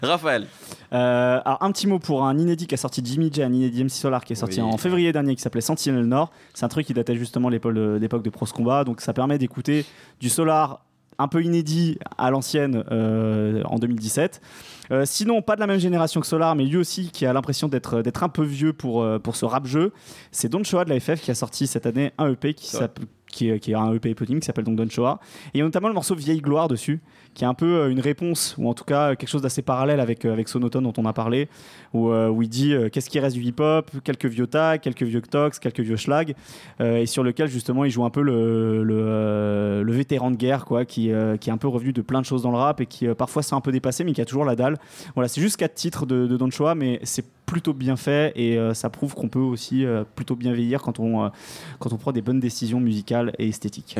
Raphaël. Alors un petit mot pour un inédit qui a sorti Jimmy J, un inédit MC Solar qui est sorti en février dernier, qui s'appelait Sentinel Nord. C'est un truc qui datait justement l'époque de Pros Combat, donc ça permet d'écouter du Solar un peu inédit à l'ancienne en 2017. Sinon, pas de la même génération que Solar, mais lui aussi qui a l'impression d'être un peu vieux pour ce rap-jeu. C'est Don Choa de la FF qui a sorti cette année un EP qui est un EP éponyme qui s'appelle donc Don Choa. Et il y a notamment le morceau Vieille Gloire dessus, qui est un peu une réponse, ou en tout cas quelque chose d'assez parallèle avec Sonotone dont on a parlé, où il dit qu'est-ce qui reste du hip-hop, quelques vieux tags, quelques vieux tox, quelques vieux schlag, et sur lequel justement il joue un peu le vétéran de guerre, quoi, qui est un peu revenu de plein de choses dans le rap et qui parfois s'est un peu dépassé, mais qui a toujours la dalle. Voilà, c'est juste 4 titres de Don Choa, mais c'est plutôt bien fait et ça prouve qu'on peut aussi plutôt bien vieillir quand on prend des bonnes décisions musicales et esthétiques.